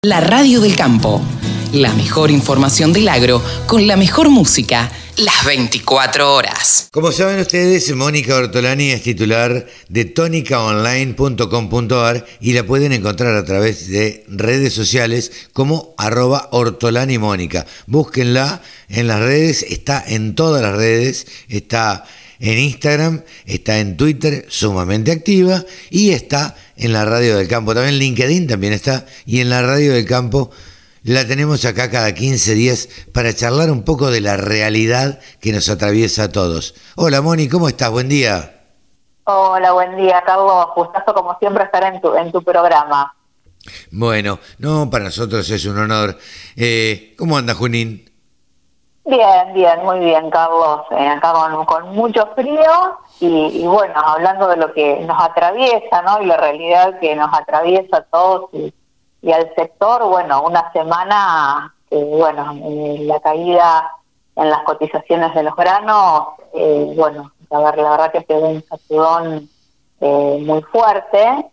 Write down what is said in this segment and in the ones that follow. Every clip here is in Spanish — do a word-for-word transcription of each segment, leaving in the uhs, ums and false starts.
La radio del campo. La mejor información del agro con la mejor música las veinticuatro horas. Como saben ustedes, Mónica Ortolani es titular de tónica online punto com punto a r y la pueden encontrar a través de redes sociales como arroba ortolanimónica. Búsquenla en las redes, está en todas las redes, está en Instagram, está en Twitter, sumamente activa, y está en la Radio del Campo. También LinkedIn también está, y en la Radio del Campo la tenemos acá cada quince días para charlar un poco de la realidad que nos atraviesa a todos. Hola Moni, ¿cómo estás? Buen día. Hola, buen día, Carlos. Gustazo como siempre estar en tu, en tu programa. Bueno, no, para nosotros es un honor. Eh, ¿Cómo anda Junín? Bien, bien, muy bien, Carlos. Eh, acá con, con mucho frío y, y bueno, hablando de lo que nos atraviesa, ¿no? Y la realidad que nos atraviesa a todos y, y al sector, bueno, una semana que, bueno, eh, la caída en las cotizaciones de los granos, eh, bueno, a ver, la verdad que pegó un sacudón eh, muy fuerte.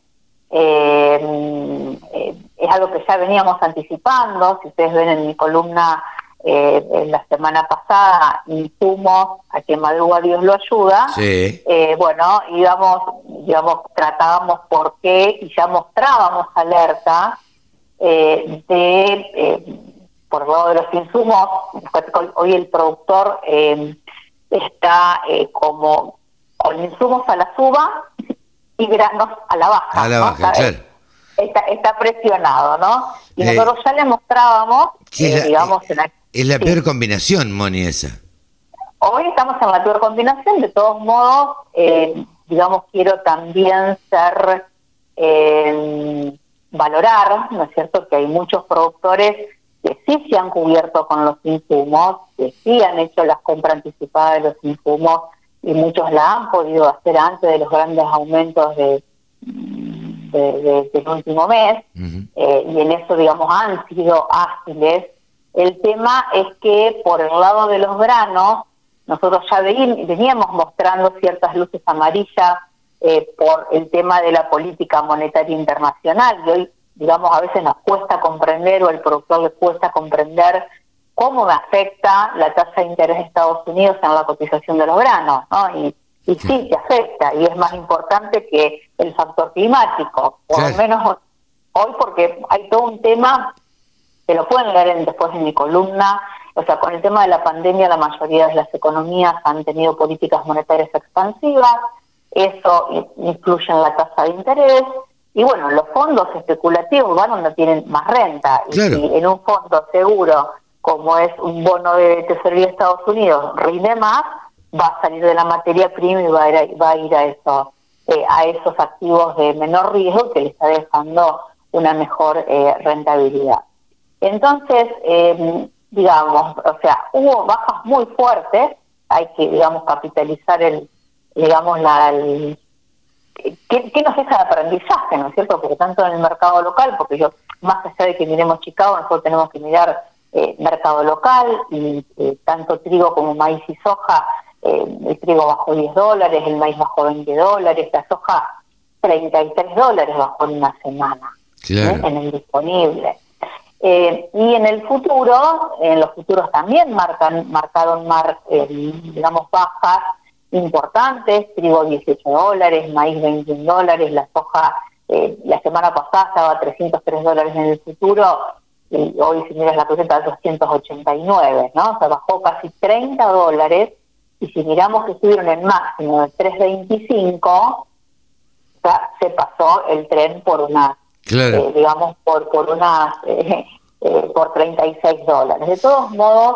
Eh, eh, es algo que ya veníamos anticipando. Si ustedes ven en mi columna eh, en la semana pasada, insumos a que madruga Dios lo ayuda, Sí. eh, bueno, íbamos, digamos, tratábamos por qué y ya mostrábamos alerta eh, de, eh, por el lado de los insumos. Hoy el productor eh, está eh, como con insumos a la suba y granos a la baja. A la ¿no? baja, claro. Está, está presionado, ¿no? Y Eh, nosotros ya le mostrábamos, Sí, eh, es la, digamos, eh, en la, es la sí. peor combinación, Moni, esa. Hoy estamos en la peor combinación. De todos modos, eh, digamos, quiero también ser, eh, valorar, ¿no es cierto?, que hay muchos productores que sí se han cubierto con los insumos, que sí han hecho las compras anticipadas de los insumos, y muchos la han podido hacer antes de los grandes aumentos de, de, de del último mes, uh-huh. eh, y en eso, digamos, han sido ágiles. El tema es que por el lado de los granos, nosotros ya veníamos mostrando ciertas luces amarillas eh, por el tema de la política monetaria internacional, y hoy, digamos, a veces nos cuesta comprender, o al productor le cuesta comprender cómo me afecta la tasa de interés de Estados Unidos en la cotización de los granos, ¿no? Y, y sí, te afecta, y es más importante que el factor climático, por lo menos hoy, porque hay todo un tema que lo pueden leer en, después en mi columna. O sea, con el tema de la pandemia, la mayoría de las economías han tenido políticas monetarias expansivas, eso influye en la tasa de interés, y bueno, los fondos especulativos van donde tienen más renta, claro. Y si en un fondo seguro, como es un bono de tesorería de Estados Unidos, rinde más, va a salir de la materia prima y va a ir a, va a, ir a, eso, eh, a esos activos de menor riesgo que le está dejando una mejor eh, rentabilidad. Entonces, eh, digamos, o sea, hubo bajas muy fuertes, hay que, digamos, capitalizar el, digamos, la, el, ¿qué, qué nos deja de aprendizaje, ¿no es cierto? Porque tanto en el mercado local, porque yo, más allá de que miremos Chicago, nosotros tenemos que mirar eh, mercado local, y eh, tanto trigo como maíz y soja, eh, el trigo bajó diez dólares, el maíz bajó veinte dólares, la soja treinta y tres dólares bajó en una semana, claro. ¿eh? En el disponible. Eh, y en el futuro, en los futuros también marcan, marcaron mar, eh, digamos, bajas importantes, trigo dieciocho dólares, maíz veintiún dólares, la soja eh, la semana pasada estaba a trescientos tres dólares en el futuro, y hoy si miras la cruceta a doscientos ochenta y nueve, ¿no? O sea, bajó casi treinta dólares, y si miramos que estuvieron en máximo de tres veinticinco, o sea, se pasó el tren por una... Claro. Eh, digamos, por por unas eh, eh, por treinta y seis dólares. De todos modos,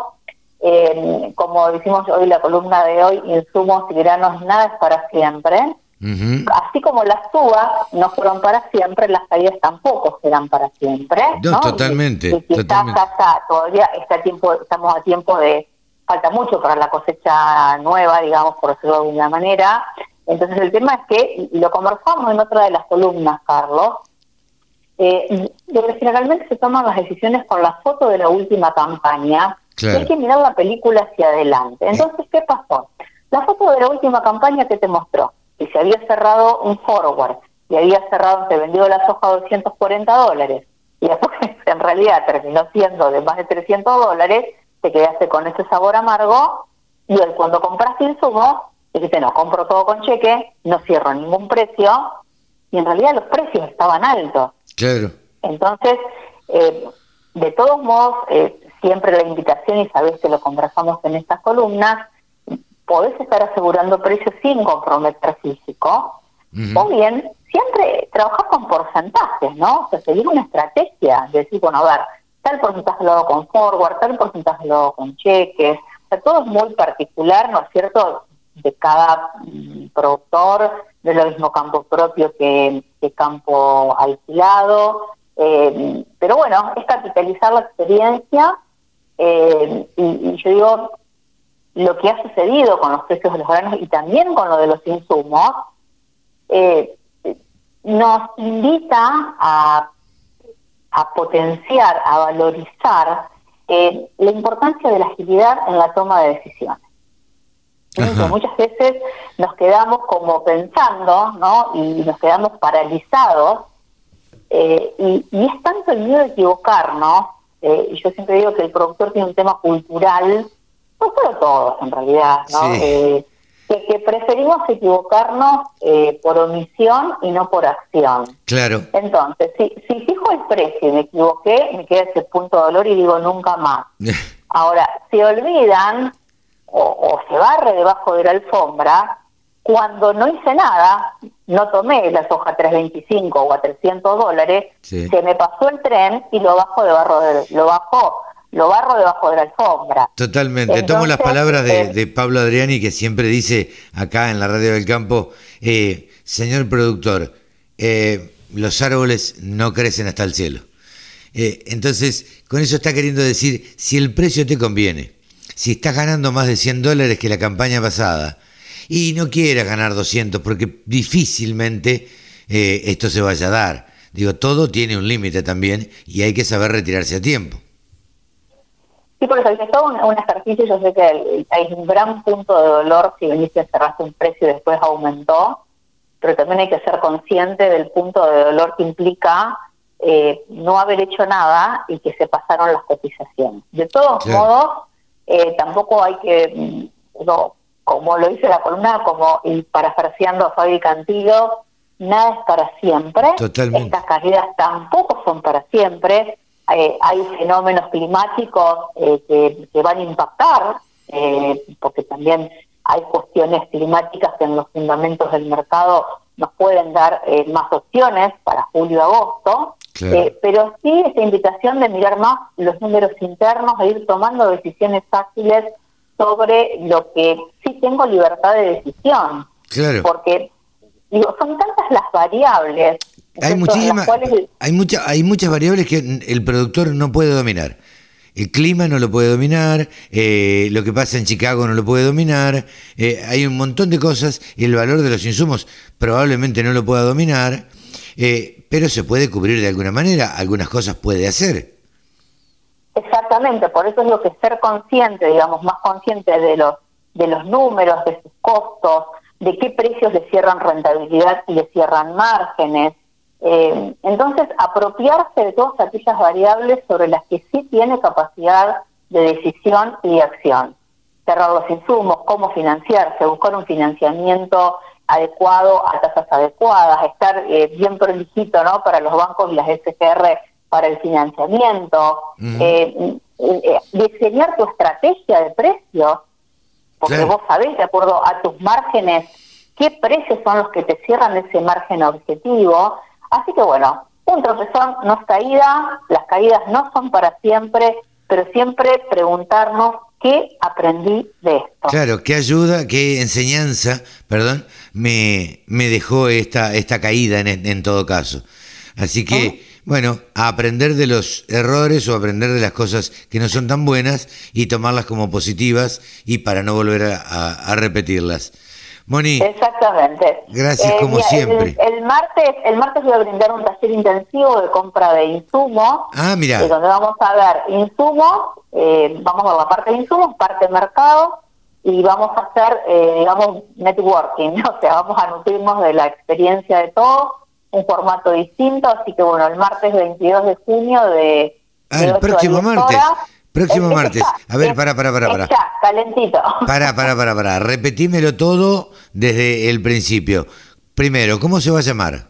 eh, como decimos hoy, la columna de hoy, insumos y granos, nada es para siempre. Uh-huh. Así como las subas no fueron para siempre, las caídas tampoco serán para siempre. No, ¿no? totalmente. Y, y quizás totalmente. hasta todavía está a tiempo, estamos a tiempo de, falta mucho para la cosecha nueva, digamos, por decirlo de alguna manera. Entonces el tema es que, y lo conversamos en otra de las columnas, Carlos, Eh, donde generalmente se toman las decisiones con la foto de la última campaña, claro. Y hay que mirar la película hacia adelante. Entonces, ¿qué pasó? La foto de la última campaña, ¿qué te mostró? Que se había cerrado un forward, y había cerrado, se vendió la soja a doscientos cuarenta dólares, y después en realidad terminó siendo de más de trescientos dólares, te quedaste con ese sabor amargo, y hoy cuando compraste insumos, dijiste, no, compro todo con cheque, no cierro ningún precio, y en realidad los precios estaban altos. Claro. Entonces, eh, de todos modos, eh, siempre la invitación, y sabés que lo conversamos en estas columnas, podés estar asegurando precios sin comprometer físico, uh-huh. o bien siempre trabajar con porcentajes, ¿no? O sea, seguir una estrategia de decir, bueno, a ver, tal porcentaje lo hago con forward, tal porcentaje lo hago con cheques, o sea, todo es muy particular, ¿no es cierto?, de cada mm, productor, de lo mismo campo propio que, que campo alquilado, eh, pero bueno, es capitalizar la experiencia, eh, y, y yo digo, lo que ha sucedido con los precios de los granos y también con lo de los insumos, eh, nos invita a, a potenciar, a valorizar eh, la importancia de la agilidad en la toma de decisiones. Entonces, muchas veces nos quedamos como pensando, ¿no? Y nos quedamos paralizados, eh, y, y es tanto el miedo de equivocarnos, eh, y yo siempre digo que el productor tiene un tema cultural, no solo todos en realidad, ¿no? Sí. Eh, que, que preferimos equivocarnos eh, por omisión y no por acción. Claro. Entonces, si, si fijo el precio y me equivoqué, me queda ese punto de dolor y digo nunca más. Ahora, si olvidan o, o se barre debajo de la alfombra, cuando no hice nada, no tomé la soja tres veinticinco o a trescientos dólares, sí. se me pasó el tren y lo bajo debajo de, lo bajo lo barro debajo de la alfombra. Totalmente. Entonces, tomo las palabras de, eh, de Pablo Adriani, que siempre dice acá en la Radio del Campo, eh, señor productor, eh, los árboles no crecen hasta el cielo. Eh, entonces, con eso está queriendo decir, si el precio te conviene, si estás ganando más de cien dólares que la campaña pasada, y no quieras ganar doscientos, porque difícilmente eh, esto se vaya a dar. Digo, todo tiene un límite también, y hay que saber retirarse a tiempo. Sí, porque es todo un, un ejercicio. Yo sé que hay un gran punto de dolor si veniste, cerraste un precio y después aumentó, pero también hay que ser consciente del punto de dolor que implica eh, no haber hecho nada y que se pasaron las cotizaciones. De todos claro. modos, eh, tampoco hay que, no, como lo dice la columna, como y parafraseando a Fabi Cantillo, nada es para siempre. Totalmente. Estas caídas tampoco son para siempre. Eh, hay fenómenos climáticos eh, que, que van a impactar, eh, porque también hay cuestiones climáticas que en los fundamentos del mercado nos pueden dar eh, más opciones para julio y agosto, claro. eh, pero sí esa invitación de mirar más los números internos e ir tomando decisiones ágiles sobre lo que sí tengo libertad de decisión, claro. porque digo, son tantas las variables. Hay muchísimas, cuales... hay, mucha, hay muchas variables que el productor no puede dominar. El clima no lo puede dominar, eh, lo que pasa en Chicago no lo puede dominar, eh, hay un montón de cosas, el valor de los insumos probablemente no lo pueda dominar, eh, pero se puede cubrir de alguna manera, algunas cosas puede hacer. Exactamente, por eso es lo que ser consciente, digamos, más consciente de los, de los números, de sus costos, de qué precios le cierran rentabilidad y le cierran márgenes. Eh, entonces, apropiarse de todas aquellas variables sobre las que sí tiene capacidad de decisión y de acción. Cerrar los insumos, cómo financiarse, buscar un financiamiento adecuado a tasas adecuadas, estar eh, bien prolijito, ¿no?, para los bancos y las S G R para el financiamiento, uh-huh. eh, eh, diseñar tu estrategia de precios, porque claro. vos sabés, de acuerdo a tus márgenes, qué precios son los que te cierran ese margen objetivo. Así que bueno, un tropezón no es caída, las caídas no son para siempre, pero siempre preguntarnos qué aprendí de esto. Claro, qué ayuda, qué enseñanza, perdón, me, me dejó esta, esta caída en, en todo caso. Así que, ¿Eh? bueno, a aprender de los errores o aprender de las cosas que no son tan buenas y tomarlas como positivas y para no volver a, a, a repetirlas. Moni, exactamente. Gracias, eh, como mira, siempre. El, el martes el martes voy a brindar un taller intensivo de compra de insumos. Ah, mira. Eh, donde vamos a ver insumos, eh, vamos a ver la parte de insumos, parte de mercado, y vamos a hacer, eh, digamos, networking, ¿no? O sea, vamos a nutrirnos de la experiencia de todos un formato distinto, así que bueno, el martes veintidós de junio de... Ah, de el próximo martes. Horas, Próximo es, martes. Ya, A ver, es, para, para, para, para. Ya, calentito. Para, para, para, para. Repetímelo todo desde el principio. Primero, ¿cómo se va a llamar?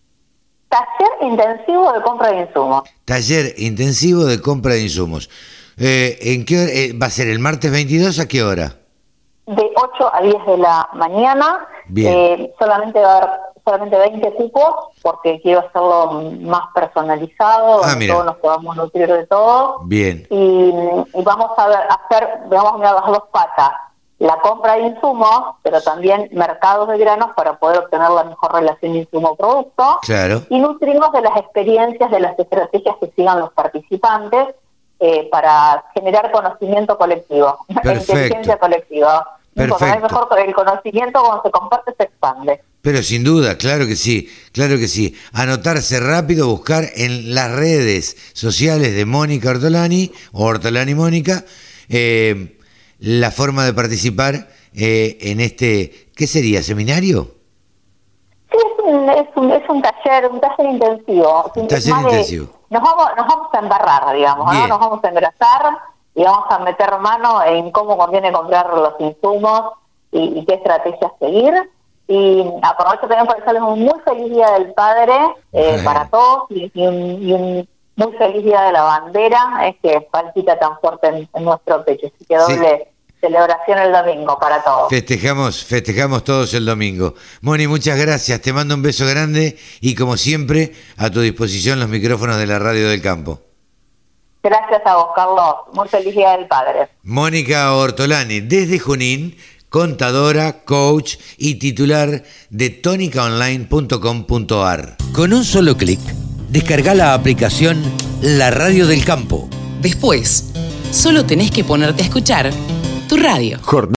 Taller intensivo de compra de insumos. Taller intensivo de compra de insumos. Eh, ¿En qué hora, eh, va a ser el martes veintidós? ¿A qué hora? De ocho a diez de la mañana. Bien. Eh, solamente va a haber solamente veinte cupos, porque quiero hacerlo más personalizado, Ah, donde mira. todos nos podamos nutrir de todo. Bien. Y, y vamos a ver, hacer, vamos a mirar las dos patas, la compra de insumos, pero también mercados de granos para poder obtener la mejor relación insumo-producto. Claro. Y nutrimos de las experiencias, de las estrategias que sigan los participantes eh, para generar conocimiento colectivo, Perfecto. inteligencia colectiva. Porque no hay Perfecto. mejor, el conocimiento cuando se comparte se expande. Pero sin duda, claro que sí, claro que sí. Anotarse rápido, buscar en las redes sociales de Mónica Ortolani o Ortolani Mónica eh, la forma de participar eh, en este, ¿qué sería? ¿Seminario? Sí, es un, es un, es un taller, un taller intensivo. Un taller Más de- intensivo. nos vamos, nos vamos a embarrar, digamos, Bien. ¿no? Nos vamos a engrasar y vamos a meter mano en cómo conviene comprar los insumos y, y qué estrategias seguir. Y aprovecho también para desearles un muy feliz Día del Padre eh, Ajá. para todos y, y, un, y un muy feliz Día de la Bandera, es que palpita tan fuerte en, en nuestro pecho. Así que Sí. doble celebración el domingo para todos. Festejamos, festejamos todos el domingo. Moni, muchas gracias, te mando un beso grande y como siempre, a tu disposición los micrófonos de la Radio del Campo. Gracias a vos, Carlos. Muy feliz Día del Padre. Mónica Ortolani, desde Junín, contadora, coach y titular de tónica online punto com punto a r. Con un solo clic, descarga la aplicación La Radio del Campo. Después, solo tenés que ponerte a escuchar tu radio.